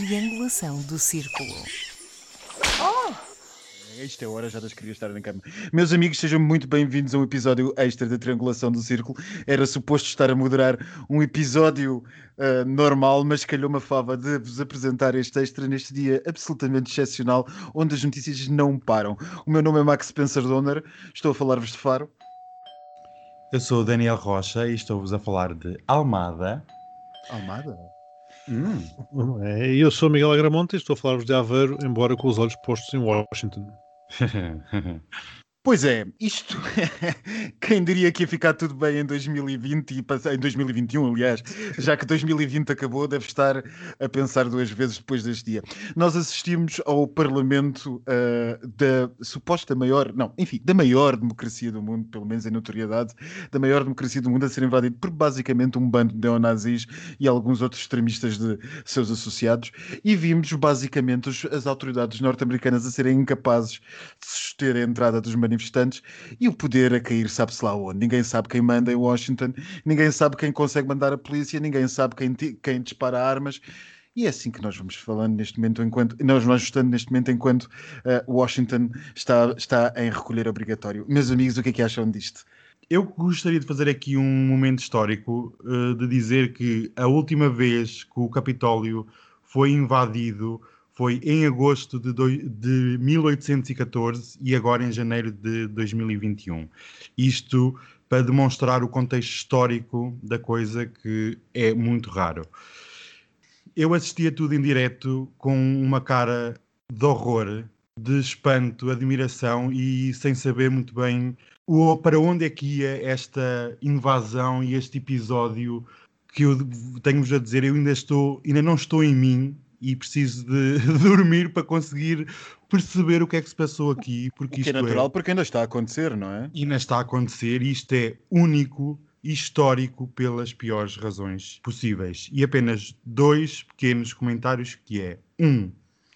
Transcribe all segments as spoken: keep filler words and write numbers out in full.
Triangulação do Círculo. Oh! Isto é hora já das crias estarem na cama. Meus amigos, sejam muito bem-vindos a um episódio extra da Triangulação do Círculo. Era suposto estar a moderar um episódio uh, normal, mas calhou-me a fava de vos apresentar este extra neste dia absolutamente excepcional, onde as notícias não param. O meu nome é Max Spencer Donner, estou a falar-vos de Faro. Eu sou o Daniel Rocha e estou-vos a falar de Almada. Almada? Hum. Eu sou Miguel Agramonte e estou a falar-vos de Aveiro, embora com os olhos postos em Washington. Pois é, isto, quem diria que ia ficar tudo bem em dois mil e vinte, e em dois mil e vinte e um, aliás, já que dois mil e vinte acabou, deve estar a pensar duas vezes depois deste dia. Nós assistimos ao parlamento uh, da suposta maior, não, enfim, da maior democracia do mundo, pelo menos em notoriedade, da maior democracia do mundo a ser invadido por basicamente um bando de neonazis e alguns outros extremistas de seus associados, e vimos basicamente os, as autoridades norte-americanas a serem incapazes de suster a entrada dos manifestantes e o poder a cair sabe-se lá onde. Ninguém sabe quem manda em Washington, ninguém sabe quem consegue mandar a polícia, ninguém sabe quem, quem dispara armas. E é assim que nós vamos falando neste momento, enquanto nós vamos ajustando neste momento enquanto uh, Washington está, está em recolher obrigatório. Meus amigos, o que é que acham disto? Eu gostaria de fazer aqui um momento histórico, uh, de dizer que a última vez que o Capitólio foi invadido foi em agosto de, do, de mil oitocentos e catorze e agora em janeiro de dois mil e vinte e um. Isto para demonstrar o contexto histórico da coisa, que é muito raro. Eu assisti a tudo em direto com uma cara de horror, de espanto, admiração e sem saber muito bem o, para onde é que ia esta invasão e este episódio, que eu tenho-vos a dizer, eu ainda, estou, ainda não estou em mim e preciso de dormir para conseguir perceber o que é que se passou aqui. Porque o que isto é natural, é, porque ainda está a acontecer, não é? Ainda está a acontecer e isto é único e histórico pelas piores razões possíveis. E apenas dois pequenos comentários, que é, um,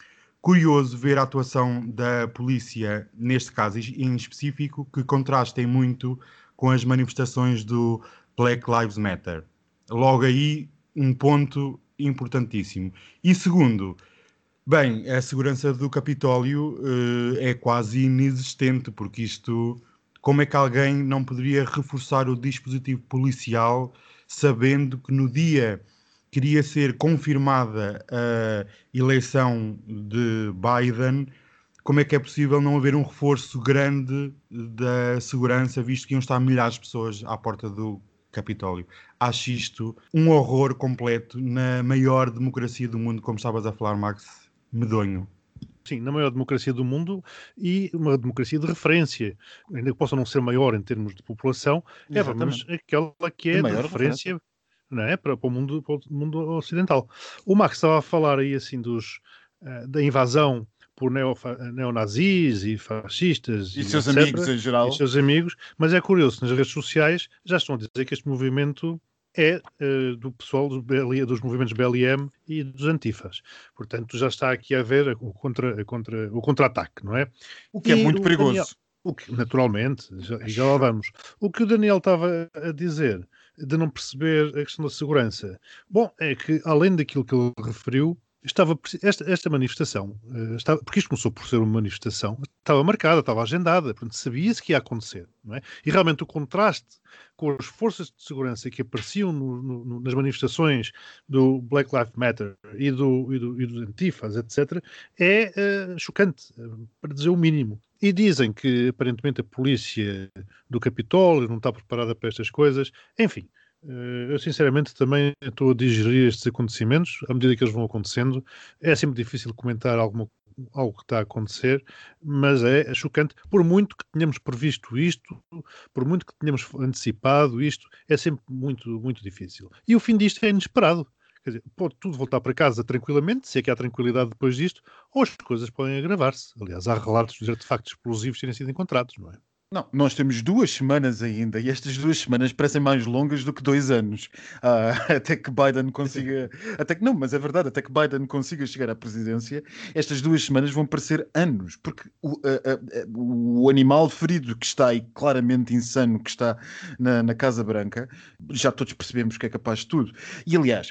curioso ver a atuação da polícia, neste caso em específico, que contrastem muito com as manifestações do Black Lives Matter. Logo aí, um ponto importantíssimo. E segundo, bem, a segurança do Capitólio uh, é quase inexistente, porque isto, como é que alguém não poderia reforçar o dispositivo policial sabendo que no dia que iria ser confirmada a eleição de Biden, como é que é possível não haver um reforço grande da segurança, visto que iam estar milhares de pessoas à porta do Capitólio? Acho isto um horror completo na maior democracia do mundo, como estavas a falar, Max, medonho. Sim, na maior democracia do mundo e uma democracia de referência, ainda que possa não ser maior em termos de população, Exatamente. é mas aquela que é de referência, referência. Não é? Para, para, o mundo, para o mundo ocidental. O Max estava a falar aí assim dos, uh, da invasão por neofa- neonazis e fascistas E, e seus etcétera, amigos em geral. E seus amigos, mas é curioso, nas redes sociais já estão a dizer que este movimento é uh, do pessoal dos, B L, dos movimentos B L M e dos antifas. Portanto, já está aqui a haver o, contra, a contra, o contra-ataque, não é? O que é e muito perigoso. Daniel, o que, naturalmente, já, já lá vamos. O que o Daniel estava a dizer de não perceber a questão da segurança. Bom, é que além daquilo que ele referiu, estava esta, esta manifestação, uh, estava, porque isto começou por ser uma manifestação, estava marcada, estava agendada, portanto sabia-se que ia acontecer, não é? E realmente o contraste com as forças de segurança que apareciam no, no, nas manifestações do Black Lives Matter e, do, e, do, e dos antifas, etcétera, é uh, chocante, uh, para dizer o mínimo. E dizem que, aparentemente, a polícia do Capitólio não está preparada para estas coisas. Enfim, eu, sinceramente, também estou a digerir estes acontecimentos à medida que eles vão acontecendo. É sempre difícil comentar alguma, algo que está a acontecer, mas é chocante. Por muito que tenhamos previsto isto, por muito que tenhamos antecipado isto, é sempre muito, muito difícil. E o fim disto é inesperado. Quer dizer, pode tudo voltar para casa tranquilamente, se é que há tranquilidade depois disto, ou as coisas podem agravar-se. Aliás, há relatos de artefactos explosivos terem sido encontrados, não é? Não, nós temos duas semanas ainda e estas duas semanas parecem mais longas do que dois anos. Ah, até que Biden consiga... Até que não, mas é verdade, até que Biden consiga chegar à presidência, estas duas semanas vão parecer anos, porque o, a, a, o animal ferido que está aí, claramente insano, que está na, na Casa Branca, já todos percebemos que é capaz de tudo. E aliás,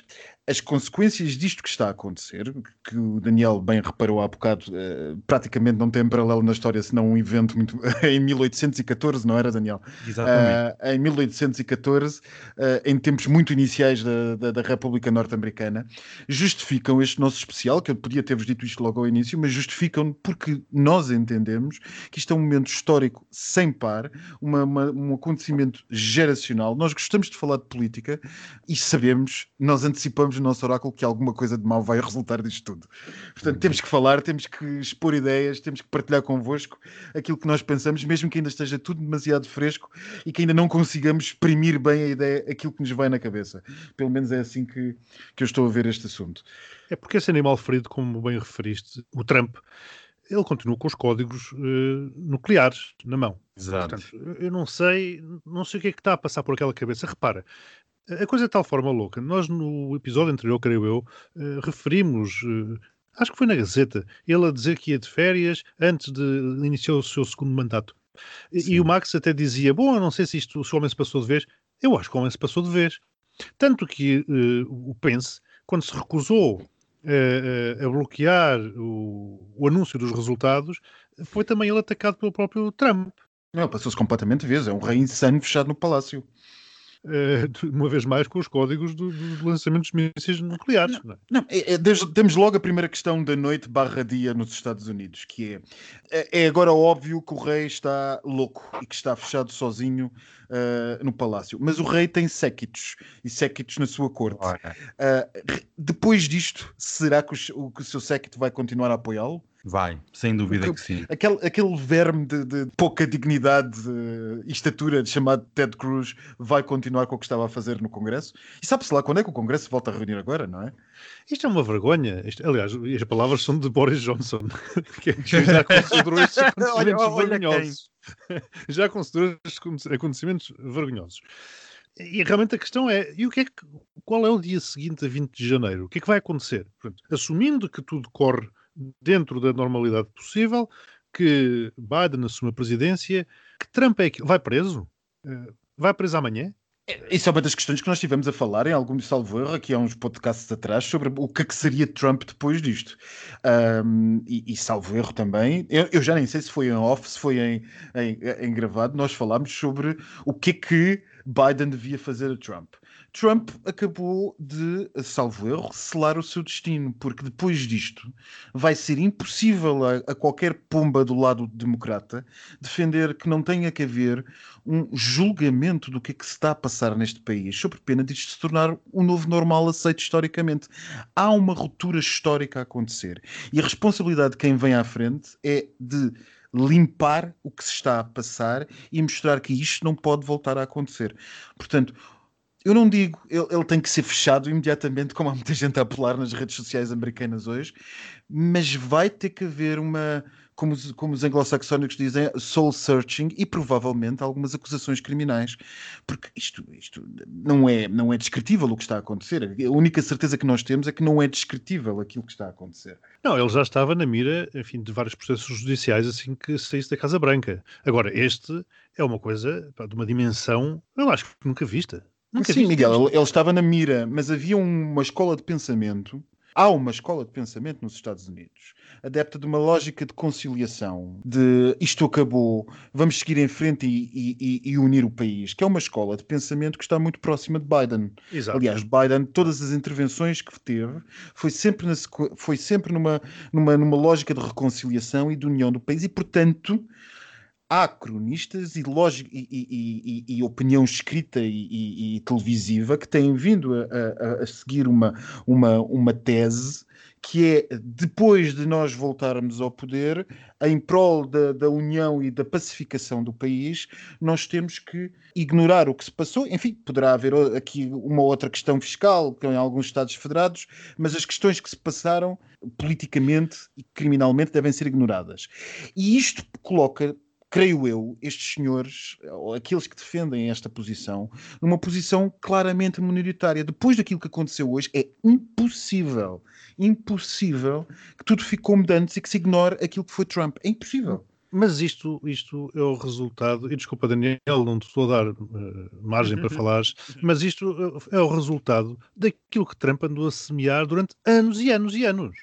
as consequências disto que está a acontecer, que o Daniel bem reparou há bocado, uh, praticamente não tem paralelo na história, senão um evento muito... em mil oitocentos e catorze, não era, Daniel? Exatamente. Uh, em mil oitocentos e catorze, uh, em tempos muito iniciais da, da, da República Norte-Americana, justificam este nosso especial, que eu podia ter-vos dito isto logo ao início, mas justificam porque nós entendemos que isto é um momento histórico sem par, uma, uma, um acontecimento geracional. Nós gostamos de falar de política e sabemos, nós antecipamos o nosso oráculo que alguma coisa de mau vai resultar disto tudo. Portanto, temos que falar, temos que expor ideias, temos que partilhar convosco aquilo que nós pensamos, mesmo que ainda esteja tudo demasiado fresco e que ainda não consigamos exprimir bem a ideia, aquilo que nos vai na cabeça. Pelo menos é assim que, que eu estou a ver este assunto. É porque esse animal ferido, como bem referiste, o Trump, ele continua com os códigos uh, nucleares na mão. Exato. Portanto, eu não sei, não sei o que é que está a passar por aquela cabeça. Repara, a coisa é de tal forma louca. Nós, no episódio anterior, creio eu, uh, referimos, uh, acho que foi na Gazeta, ele a dizer que ia de férias antes de iniciar o seu segundo mandato. E, e o Max até dizia, bom, eu não sei se isto, se o homem se passou de vez. Eu acho que o homem se passou de vez. Tanto que uh, o Pence, quando se recusou uh, uh, a bloquear o, o anúncio dos resultados, foi também ele atacado pelo próprio Trump. Não, passou-se completamente de vez. É um rei insano fechado no palácio. Uh, uma vez mais com os códigos do, do lançamento dos mísseis nucleares. Não, não é? não é, é, desde, temos logo a primeira questão da noite barra dia nos Estados Unidos, que é, é, é agora óbvio que o rei está louco e que está fechado sozinho uh, no palácio. Mas o rei tem séquitos e séquitos na sua corte. Uh, depois disto, será que o, que o seu séquito vai continuar a apoiá-lo? Vai, sem dúvida Porque que sim. Aquele, aquele verme de, de pouca dignidade uh, e estatura chamado Ted Cruz vai continuar com o que estava a fazer no Congresso? E sabe-se lá quando é que o Congresso volta a reunir agora, não é? Isto é uma vergonha. Isto, aliás, as palavras são de Boris Johnson, que já considerou estes acontecimentos olha, olha vergonhosos. Já considerou estes acontecimentos vergonhosos. E realmente a questão é, e o que é que, qual é o dia seguinte a vinte de janeiro? O que é que vai acontecer? Portanto, assumindo que tudo corre dentro da normalidade possível, que Biden assume a presidência, que Trump é que vai preso? Vai preso amanhã? Isso é uma das questões que nós estivemos a falar em algum salvo erro aqui há uns podcasts atrás sobre o que é que seria Trump depois disto. Um, e, e salvo erro também, eu, eu já nem sei se foi em off, se foi em, em, em gravado, nós falámos sobre o que é que Biden devia fazer a Trump. Trump acabou de, salvo erro, selar o seu destino, porque depois disto vai ser impossível a, a qualquer pomba do lado democrata defender que não tenha que haver um julgamento do que é que se está a passar neste país, sob pena de isto se tornar um novo normal aceito historicamente. Há uma ruptura histórica a acontecer e a responsabilidade de quem vem à frente é de limpar o que se está a passar e mostrar que isto não pode voltar a acontecer. Portanto, eu não digo, ele, ele tem que ser fechado imediatamente, como há muita gente a apelar nas redes sociais americanas hoje, mas vai ter que haver uma, como os, como os anglo-saxónicos dizem, soul searching e provavelmente algumas acusações criminais, porque isto, isto não, é, não é descritível o que está a acontecer. A única certeza que nós temos é que não é descritível aquilo que está a acontecer. Não, ele já estava na mira, enfim, de vários processos judiciais assim que saísse da Casa Branca. Agora, este é uma coisa, pá, de uma dimensão, eu acho que nunca vista. Nunca Sim, viste Miguel, isto. ele, ele estava na mira, mas havia uma escola de pensamento, há uma escola de pensamento nos Estados Unidos, adepta de uma lógica de conciliação, de isto acabou, vamos seguir em frente e, e, e unir o país, que é uma escola de pensamento que está muito próxima de Biden. Exato. Aliás, Biden, todas as intervenções que teve, foi sempre, na, foi sempre numa, numa, numa lógica de reconciliação e de união do país e, portanto, há cronistas e, lógico, e, e, e, e opinião escrita e, e televisiva que têm vindo a, a, a seguir uma, uma, uma tese que é, depois de nós voltarmos ao poder, em prol da, da união e da pacificação do país, nós temos que ignorar o que se passou. Enfim, poderá haver aqui uma outra questão fiscal em alguns Estados federados, mas as questões que se passaram politicamente e criminalmente devem ser ignoradas. E isto coloca, creio eu, estes senhores, ou aqueles que defendem esta posição, numa posição claramente minoritária. Depois daquilo que aconteceu hoje, é impossível, impossível que tudo fique como de antes e que se ignore aquilo que foi Trump. É impossível. Mas isto, isto é o resultado, e desculpa Daniel, não te estou a dar uh, margem para falares, mas isto uh, é o resultado daquilo que Trump andou a semear durante anos e anos e anos.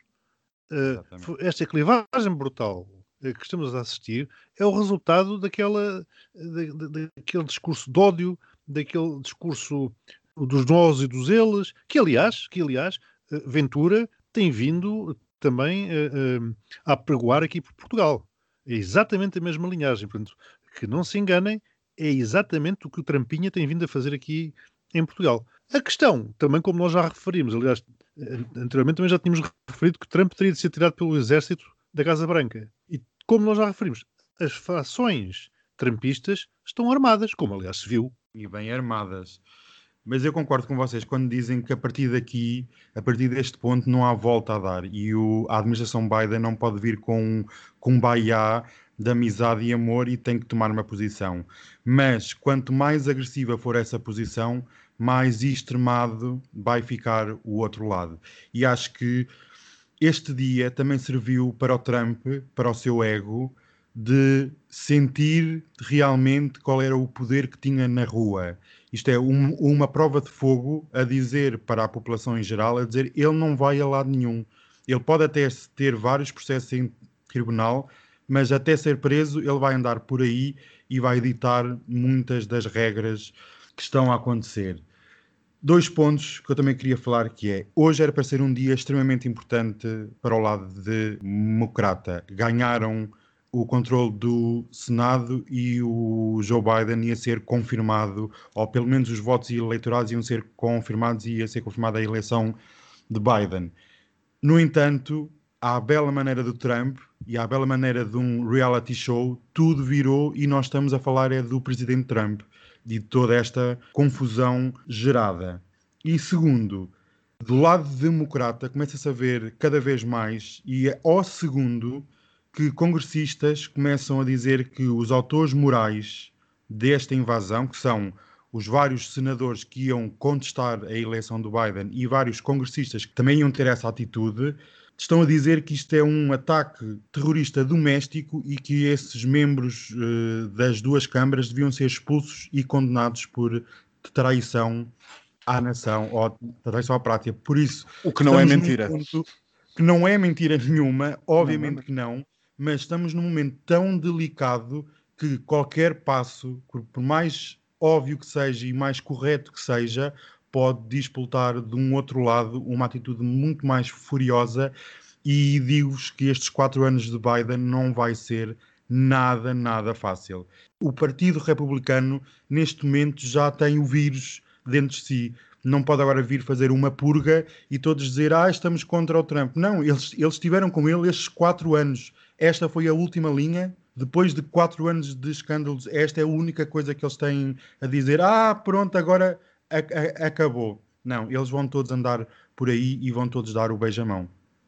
Uh, esta clivagem brutal uh, que estamos a assistir é o resultado daquela, da, da, daquele discurso de ódio, daquele discurso dos nós e dos eles, que aliás, que, aliás uh, Ventura tem vindo também uh, uh, a apregoar aqui por Portugal. É exatamente a mesma linhagem. Portanto, que não se enganem, é exatamente o que o Trampinha tem vindo a fazer aqui em Portugal. A questão, também como nós já referimos, aliás, anteriormente também já tínhamos referido que Trump teria de ser tirado pelo exército da Casa Branca. E como nós já referimos, as fações trumpistas estão armadas, como aliás se viu. E bem armadas. Mas eu concordo com vocês quando dizem que a partir daqui, a partir deste ponto, não há volta a dar. E o, a administração Biden não pode vir com, com um baiá de amizade e amor e tem que tomar uma posição. Mas quanto mais agressiva for essa posição, mais extremado vai ficar o outro lado. E acho que este dia também serviu para o Trump, para o seu ego, de sentir realmente qual era o poder que tinha na rua. Isto é um, uma prova de fogo a dizer para a população em geral, a dizer ele não vai a lado nenhum. Ele pode até ter vários processos em tribunal, mas até ser preso ele vai andar por aí e vai ditar muitas das regras que estão a acontecer. Dois pontos que eu também queria falar, que é, hoje era para ser um dia extremamente importante para o lado de democrata. Ganharam o controle do Senado e o Joe Biden ia ser confirmado, ou pelo menos os votos eleitorais iam ser confirmados e ia ser confirmada a eleição de Biden. No entanto, à bela maneira do Trump e à bela maneira de um reality show, tudo virou e nós estamos a falar é do presidente Trump e de toda esta confusão gerada. E segundo, do lado democrata começa-se a ver cada vez mais e é ao segundo que congressistas começam a dizer que os autores morais desta invasão, que são os vários senadores que iam contestar a eleição do Biden e vários congressistas que também iam ter essa atitude, estão a dizer que isto é um ataque terrorista doméstico e que esses membros uh, das duas câmaras deviam ser expulsos e condenados por traição à nação ou traição à pátria. Por isso, o que não é mentira. Que não é mentira nenhuma, obviamente não, que não, mas estamos num momento tão delicado que qualquer passo, por mais óbvio que seja e mais correto que seja, pode disputar de um outro lado uma atitude muito mais furiosa e digo-vos que estes quatro anos de Biden não vai ser nada, nada fácil. O Partido Republicano, neste momento, já tem o vírus dentro de si. Não pode agora vir fazer uma purga e todos dizer, ah, estamos contra o Trump. Não, eles, eles estiveram com ele estes quatro anos. Esta foi a última linha. Depois de quatro anos de escândalos, esta é a única coisa que eles têm a dizer. Ah, pronto, agora a, a, acabou. Não, eles vão todos andar por aí e vão todos dar o beijamão.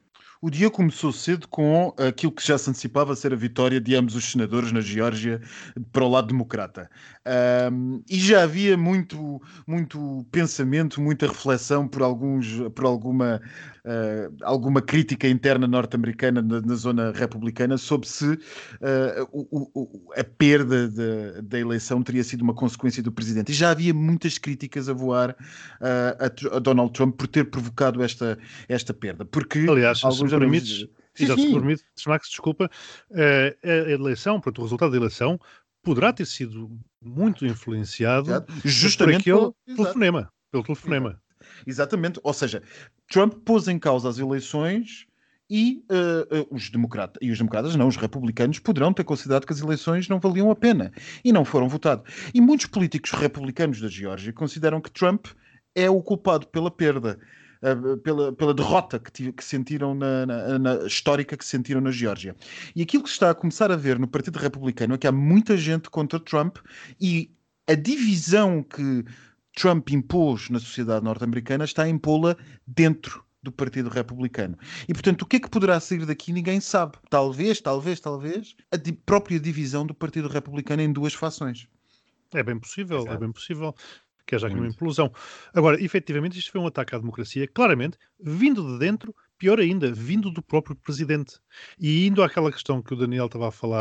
O dia começou cedo com aquilo que já se antecipava ser a vitória de ambos os senadores na Geórgia para o lado democrata. Um, e já havia muito, muito pensamento, muita reflexão por, alguns, por alguma, uh, alguma crítica interna norte-americana na, na zona republicana sobre se uh, o, o, a perda de, da eleição teria sido uma consequência do presidente. E já havia muitas críticas a voar uh, a, a Donald Trump por ter provocado esta, esta perda. Porque, aliás, alguns se me permites, sim, já sim. se permite, Max, desculpa, a eleição, portanto, o resultado da eleição poderá ter sido muito influenciado justamente por aquele pelo, telefonema, pelo telefonema. Exato. Exatamente, ou seja, Trump pôs em causa as eleições e, uh, uh, os democratas, e os democratas, não, os republicanos, poderão ter considerado que as eleições não valiam a pena e não foram votados. E muitos políticos republicanos da Geórgia consideram que Trump é o culpado pela perda. Pela, pela derrota que, que sentiram na, na, na histórica que sentiram na Geórgia. E aquilo que se está a começar a ver no Partido Republicano é que há muita gente contra Trump e a divisão que Trump impôs na sociedade norte-americana está a impô-la dentro do Partido Republicano. E, portanto, o que é que poderá sair daqui ninguém sabe. Talvez, talvez, talvez, a di- própria divisão do Partido Republicano em duas fações. É bem possível, Exato. é bem possível. Que haja aqui uma Muito. implosão. Agora, efetivamente, isto foi um ataque à democracia, claramente, vindo de dentro, pior ainda, vindo do próprio presidente. E indo àquela questão que o Daniel estava a falar,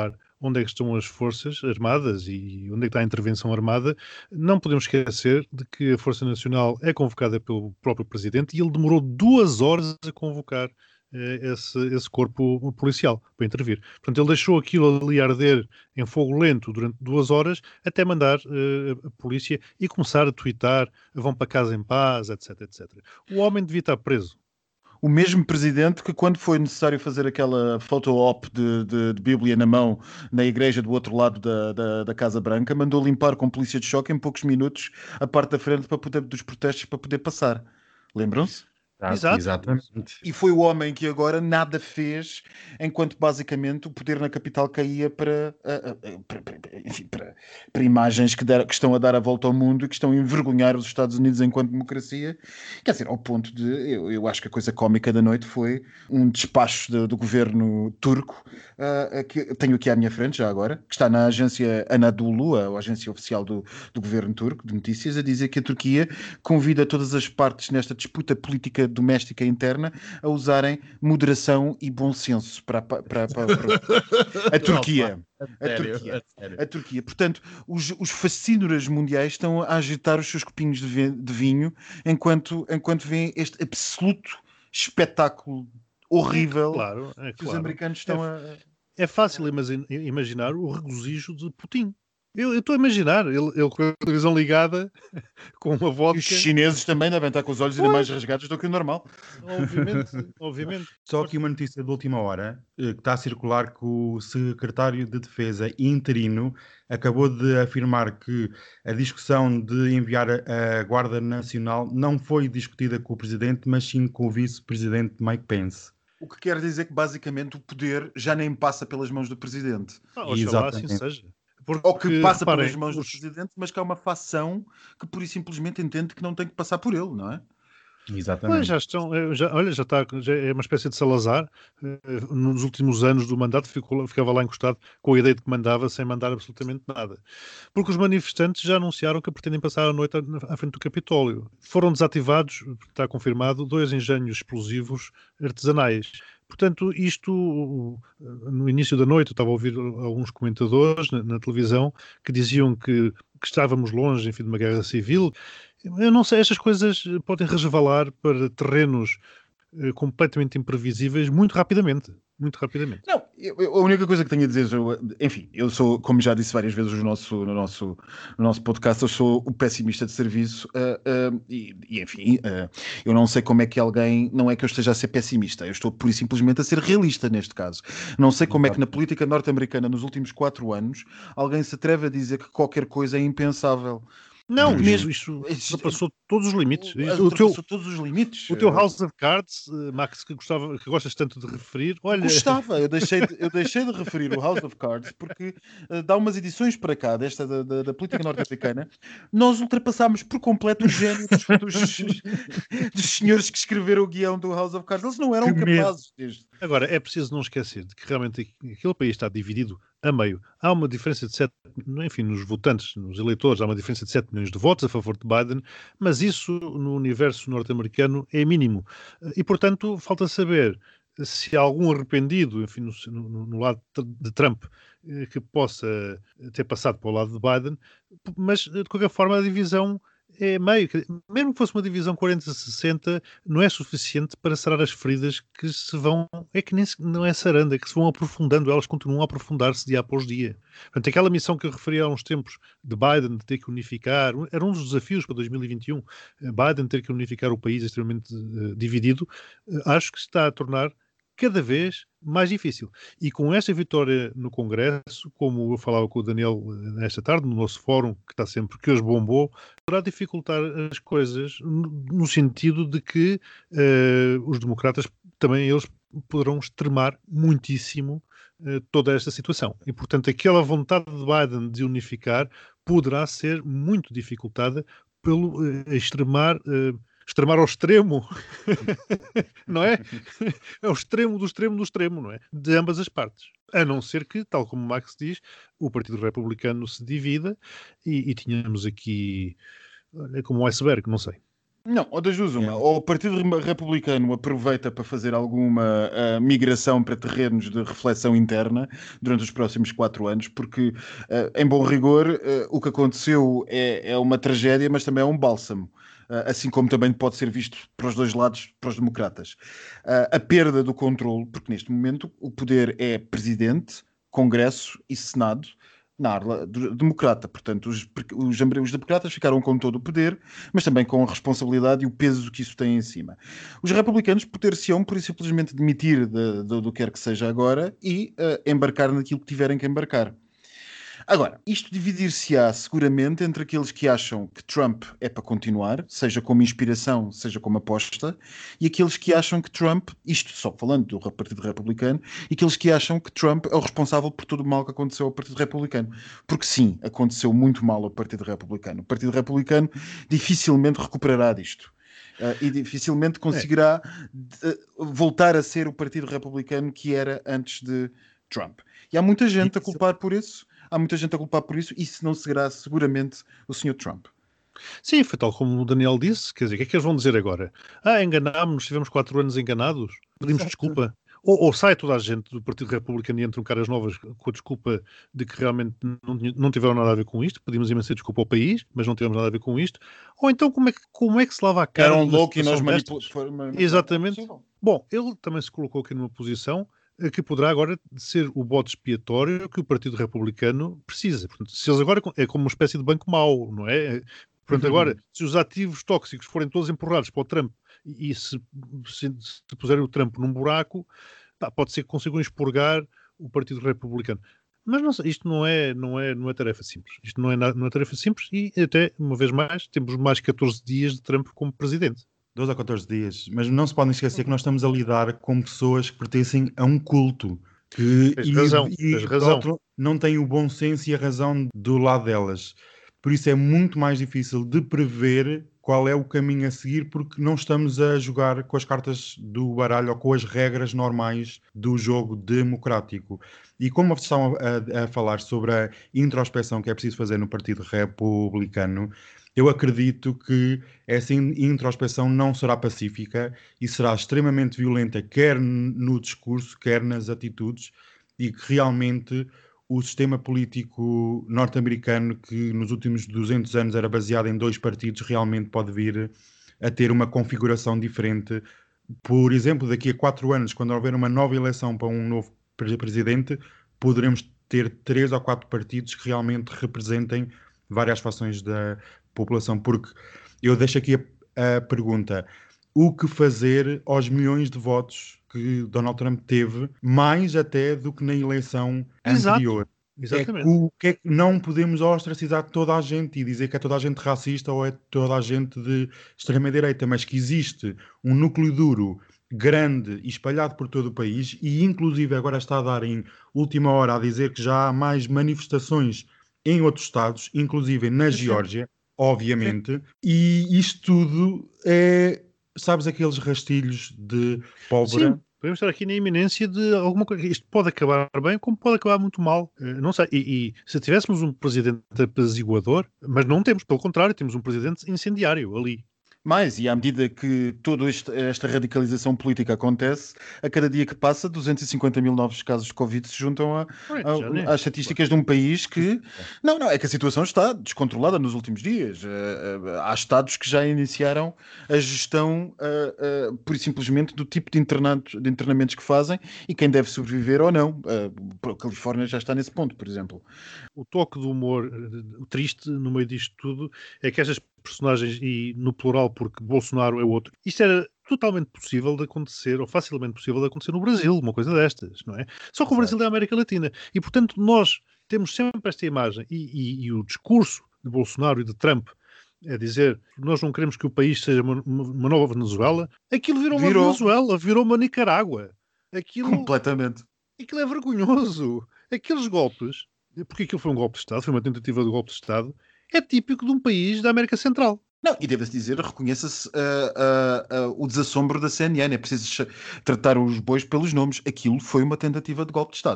onde é que estão as forças armadas e onde é que está a intervenção armada, não podemos esquecer de que a Força Nacional é convocada pelo próprio Presidente e ele demorou duas horas a convocar Esse, esse corpo policial para intervir. Portanto, ele deixou aquilo ali arder em fogo lento durante duas horas até mandar uh, a polícia e começar a tuitar, vão para casa em paz, etc, etcétera. O homem devia estar preso. O mesmo presidente que, quando foi necessário fazer aquela photo-op de, de, de Bíblia na mão na igreja do outro lado da, da, da Casa Branca, mandou limpar com polícia de choque em poucos minutos a parte da frente para poder, dos protestos para poder passar. Lembram-se? Exato, exatamente. E foi o homem que agora nada fez, enquanto basicamente o poder na capital caía para, para, para, enfim, para, para imagens que, der, que estão a dar a volta ao mundo e que estão a envergonhar os Estados Unidos enquanto democracia. Quer dizer, ao ponto de, eu, eu acho que a coisa cómica da noite foi um despacho de, do governo turco, uh, que tenho aqui à minha frente já agora, que está na agência Anadolu, a agência oficial do, do governo turco de notícias, a dizer que a Turquia convida todas as partes nesta disputa política doméstica interna a usarem moderação e bom senso para, para, para, para a Turquia. A A sério, Turquia. a sério. A Turquia. Portanto, os, os fascínoras mundiais estão a agitar os seus copinhos de, vi- de vinho enquanto, enquanto veem este absoluto espetáculo horrível Claro, é que os claro. americanos estão a... É fácil imagi- imaginar o regozijo de Putin. Eu eu estou a imaginar, ele, ele com a televisão ligada, com uma E vodka. os chineses também devem estar com os olhos ainda mais rasgados do que o normal. Obviamente, obviamente. Só aqui uma notícia de última hora, eh, que está a circular, que o secretário de Defesa interino acabou de afirmar que a discussão de enviar a a Guarda Nacional não foi discutida com o Presidente, mas sim com o Vice-Presidente Mike Pence. O que quer dizer que basicamente o poder já nem passa pelas mãos do Presidente. Ah, oxalá assim Exatamente. seja. Porque, Ou que passa reparem, pelas mãos os- do Presidente, mas que há uma facção que pura e simplesmente entende que não tem que passar por ele, não é? Pois Exatamente. já estão, eh, já, olha, já está, já é uma espécie de Salazar. eh, Nos últimos anos do mandato ficou, ficava lá encostado com a ideia de que mandava sem mandar absolutamente nada. Porque os manifestantes já anunciaram que pretendem passar a noite à, à frente do Capitólio. Foram desativados, está confirmado, dois engenhos explosivos artesanais. Portanto, isto, no início da noite, eu estava a ouvir alguns comentadores na, na televisão que diziam que, que estávamos longe, enfim, de uma guerra civil. Eu não sei, estas coisas podem resvalar para terrenos eh, completamente imprevisíveis muito rapidamente. Muito rapidamente. Não, eu- eu- a única coisa que tenho a dizer, eu, enfim, eu sou, como já disse várias vezes no nosso, no nosso, no nosso podcast, eu sou o pessimista de serviço ah, ah, e, e, enfim, ah, eu não sei como é que alguém, não é que eu esteja a ser pessimista, eu estou pura e simplesmente a ser realista neste caso. Não sei como é que na política norte-americana nos últimos quatro anos alguém se atreve a dizer que qualquer coisa é impensável. Não, Porque isto, mesmo- isto isto- ultrapassou todos os limites. Isto- o, teu, Ultrapassou todos os limites. o teu Ah, House of Cards, eh, Max, que, gostava, que gostas tanto de referir, olha, Gostava, eu deixei, de, eu deixei de referir o House of Cards porque uh, dá umas edições para cá, desta da, da, da política norte-americana, nós ultrapassámos por completo o gênio dos, dos, dos senhores que escreveram o guião do House of Cards. Eles não eram Que medo. capazes disto. agora é preciso não esquecer de que realmente aquele país está dividido a meio. Há uma diferença de sete, enfim, nos votantes, nos eleitores, há uma diferença de sete milhões de votos a favor de Biden, mas isso no universo norte-americano é mínimo. E, portanto, falta saber se há algum arrependido, enfim, no, no, no lado de Trump, eh, que possa ter passado para o lado de Biden, mas, de qualquer forma, a divisão é meio. Mesmo que fosse uma divisão quarenta a sessenta, não é suficiente para sarar as feridas que se vão. É que nem se, não é saranda, é que se vão aprofundando, elas continuam a aprofundar-se dia após dia. Portanto, aquela missão que eu referi há uns tempos de Biden de ter que unificar, era um dos desafios para dois mil e vinte e um, Biden ter que unificar o país extremamente uh, dividido, uh, acho que se está a tornar cada vez mais difícil. E com esta vitória no Congresso, como eu falava com o Daniel nesta tarde, no nosso fórum, que está sempre, que hoje bombou, poderá dificultar as coisas no, no sentido de que uh, os democratas também eles poderão extremar muitíssimo uh, toda esta situação. E, portanto, aquela vontade de Biden de unificar poderá ser muito dificultada pelo uh, extremar... Uh, extremar ao extremo, não é? É o extremo do extremo do extremo, não é? De ambas as partes. A não ser que, tal como o Max diz, o Partido Republicano se divida e, e tínhamos aqui, é como um iceberg, não sei. Não, ou das duas uma. É. Ou o Partido Rem- Republicano aproveita para fazer alguma ah, migração para terrenos de reflexão interna durante os próximos quatro anos, porque, ah, em bom rigor, ah, o que aconteceu é, é uma tragédia, mas também é um bálsamo. Ah, assim como também pode ser visto para os dois lados, para os democratas. Ah, a perda do controle, porque neste momento o poder é presidente, Congresso e Senado, na ala do- democrata. Portanto, os, os, os democratas ficaram com todo o poder, mas também com a responsabilidade e o peso que isso tem em cima. Os republicanos poder-se-ão, por simplesmente, demitir de- de- do que quer que seja agora e eh, embarcar naquilo que tiverem que embarcar. Agora, isto dividir-se-á seguramente entre aqueles que acham que Trump é para continuar, seja como inspiração, seja como aposta, e aqueles que acham que Trump, isto só falando do Partido Republicano, e aqueles que acham que Trump é o responsável por todo o mal que aconteceu ao Partido Republicano. Porque sim, aconteceu muito mal ao Partido Republicano. O Partido Republicano dificilmente recuperará disto. Uh, e dificilmente conseguirá de, voltar a ser o Partido Republicano que era antes de Trump. E há muita gente a culpar por isso. Há muita gente a culpar por isso, e se não será seguramente o senhor Trump. Sim, foi tal como o Daniel disse. Quer dizer, o que é que eles vão dizer agora? Ah, enganámos-nos, tivemos quatro anos enganados, pedimos Exato. desculpa. Ou, ou sai toda a gente do Partido Republicano e entram caras novas com a desculpa de que realmente não, não tiveram nada a ver com isto, pedimos imensa desculpa ao país, mas não tivemos nada a ver com isto. Ou então como é que, como é que se lava a cara Era um numa louco e nós situação destas? manipulamos. Exatamente. Bom, ele também se colocou aqui numa posição eh, que poderá agora ser o bode expiatório que o Partido Republicano precisa. Portanto, se eles agora é como uma espécie de banco mau, não é? Portanto, agora, se os ativos tóxicos forem todos empurrados para o Trump e, e se, se, se puserem o Trump num buraco, pá, pode ser que consigam expurgar o Partido Republicano. Mas não sei, isto não é, não, é, não é tarefa simples. Isto não é, não é tarefa simples e até, uma vez mais, temos mais catorze dias de Trump como presidente. doze a catorze dias, mas não se podem esquecer que nós estamos a lidar com pessoas que pertencem a um culto, que Tens e, razão, e tens de razão. outro, não têm o bom senso e a razão do lado delas. Por isso é muito mais difícil de prever qual é o caminho a seguir, porque não estamos a jogar com as cartas do baralho ou com as regras normais do jogo democrático. E como vocês estavam a, a falar sobre a introspeção que é preciso fazer no Partido Republicano, eu acredito que essa introspeção não será pacífica e será extremamente violenta, quer no discurso, quer nas atitudes, e que realmente o sistema político norte-americano, que nos últimos duzentos anos era baseado em dois partidos, realmente pode vir a ter uma configuração diferente. Por exemplo, daqui a quatro anos, quando houver uma nova eleição para um novo presidente, poderemos ter três ou quatro partidos que realmente representem várias fações da população, porque eu deixo aqui a, a pergunta: o que fazer aos milhões de votos que Donald Trump teve, mais até do que na eleição Exato. anterior? Exatamente. É que, o que é que não podemos ostracizar toda a gente e dizer que é toda a gente racista ou é toda a gente de extrema-direita, mas que existe um núcleo duro grande e espalhado por todo o país, e inclusive agora está a dar em última hora a dizer que já há mais manifestações em outros estados, inclusive na Geórgia, obviamente, e isto tudo é, sabes, aqueles rastilhos de pólvora. Sim, podemos estar aqui na iminência de alguma coisa. Isto pode acabar bem, como pode acabar muito mal. Uh, não sei. E, e se tivéssemos um presidente apaziguador, mas não temos, pelo contrário, temos um presidente incendiário ali. Mais, e à medida que toda esta radicalização política acontece, a cada dia que passa, duzentos e cinquenta mil novos casos de Covid se juntam a, a, às estatísticas de um país que... Não, não, é que a situação está descontrolada nos últimos dias. Há estados que já iniciaram a gestão, uh, uh, pura e simplesmente, do tipo de, internado, de internamentos que fazem e quem deve sobreviver ou não. Uh, a Califórnia já está nesse ponto, por exemplo. O toque do humor uh, triste no meio disto tudo é que estas personagens, e no plural porque Bolsonaro é outro, isto era totalmente possível de acontecer, ou facilmente possível de acontecer no Brasil, uma coisa destas, não é? Só que o Brasil é a América Latina. E, portanto, nós temos sempre esta imagem e, e, e o discurso de Bolsonaro e de Trump é dizer nós não queremos que o país seja uma, uma nova Venezuela. Aquilo virou, virou uma Venezuela, virou uma Nicarágua. Aquilo, completamente. Aquilo é vergonhoso. Aqueles golpes, porque aquilo foi um golpe de Estado, foi uma tentativa de golpe de Estado, é típico de um país da América Central. Não, e deve-se dizer, reconheça-se uh, uh, uh, o desassombro da C N N. É preciso tratar os bois pelos nomes. Aquilo foi uma tentativa de golpe de Estado.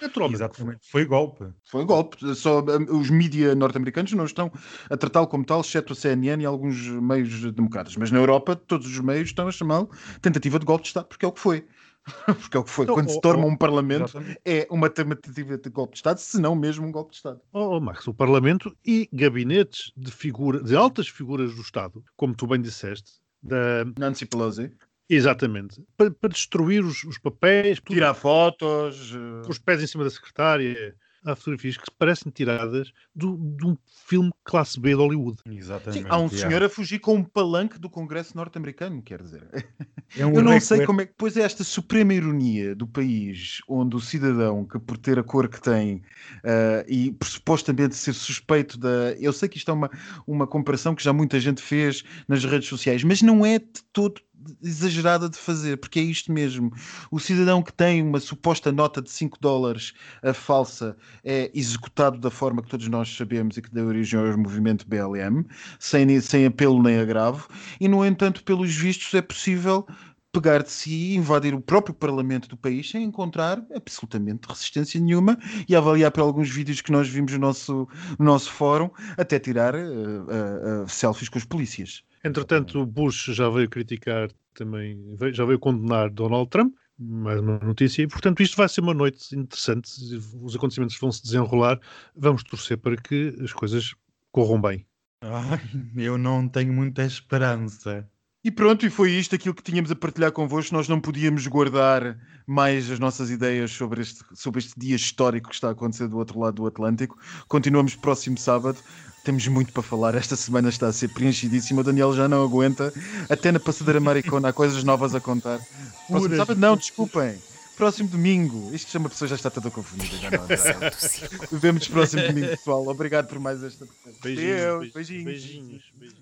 Naturalmente. Exatamente. Foi golpe. Foi um golpe. Só um, os mídia norte-americanos não estão a tratá-lo como tal, exceto a C N N e alguns meios democratas. Mas na Europa, todos os meios estão a chamá-lo tentativa de golpe de Estado, porque é o que foi. Porque é o que foi. Então, Quando oh, se torna oh, um parlamento, exatamente. é uma tentativa de golpe de Estado, se não mesmo um golpe de Estado. Oh, oh, Max, o Parlamento e gabinetes de, figura, de altas figuras do Estado, como tu bem disseste, da... Nancy Pelosi. exatamente, para, para destruir os, os papéis, tudo, Tirar fotos. uh, os pés em cima da secretária. Há fotografias que parecem tiradas do, de um filme classe B de Hollywood. Exatamente. Sim, há um yeah. senhor a fugir com um palanque do Congresso norte-americano, quer dizer. É um Eu não recorde. sei como é que. Pois é, esta suprema ironia do país onde o cidadão, que por ter a cor que tem ah, e por supostamente ser suspeito da. Eu sei que isto é uma, uma comparação que já muita gente fez nas redes sociais, mas não é de todo exagerada de fazer, porque é isto mesmo. O cidadão que tem uma suposta nota de cinco dólares a falsa é executado da forma que todos nós sabemos e que deu origem ao movimento B L M, sem, sem apelo nem agravo, e no entanto, pelos vistos, é possível pegar de si e invadir o próprio parlamento do país sem encontrar absolutamente resistência nenhuma e avaliar por alguns vídeos que nós vimos no nosso, no nosso fórum, até tirar uh, uh, uh, selfies com os polícias. Entretanto, o Bush já veio criticar também, veio- já veio condenar Donald Trump, mais uma notícia, e portanto isto vai ser uma noite interessante, os acontecimentos vão se desenrolar, vamos torcer para que as coisas corram bem. Ai, eu não tenho muita esperança. E pronto, e foi isto aquilo que tínhamos a partilhar convosco. Nós não podíamos guardar mais as nossas ideias sobre este, sobre este dia histórico que está a acontecer do outro lado do Atlântico. Continuamos próximo sábado. Temos muito para falar. Esta semana está a ser preenchidíssima. O Daniel já não aguenta. Até na passadeira maricona há coisas novas a contar. Próximo Puras. sábado, não, desculpem. Próximo domingo. Isto chama a pessoa já está toda confundida. Já não, já. Do círculo. Vemos próximo domingo, pessoal. Obrigado por mais esta. Beijinhos, Deus, beijinhos, beijinhos, beijinhos.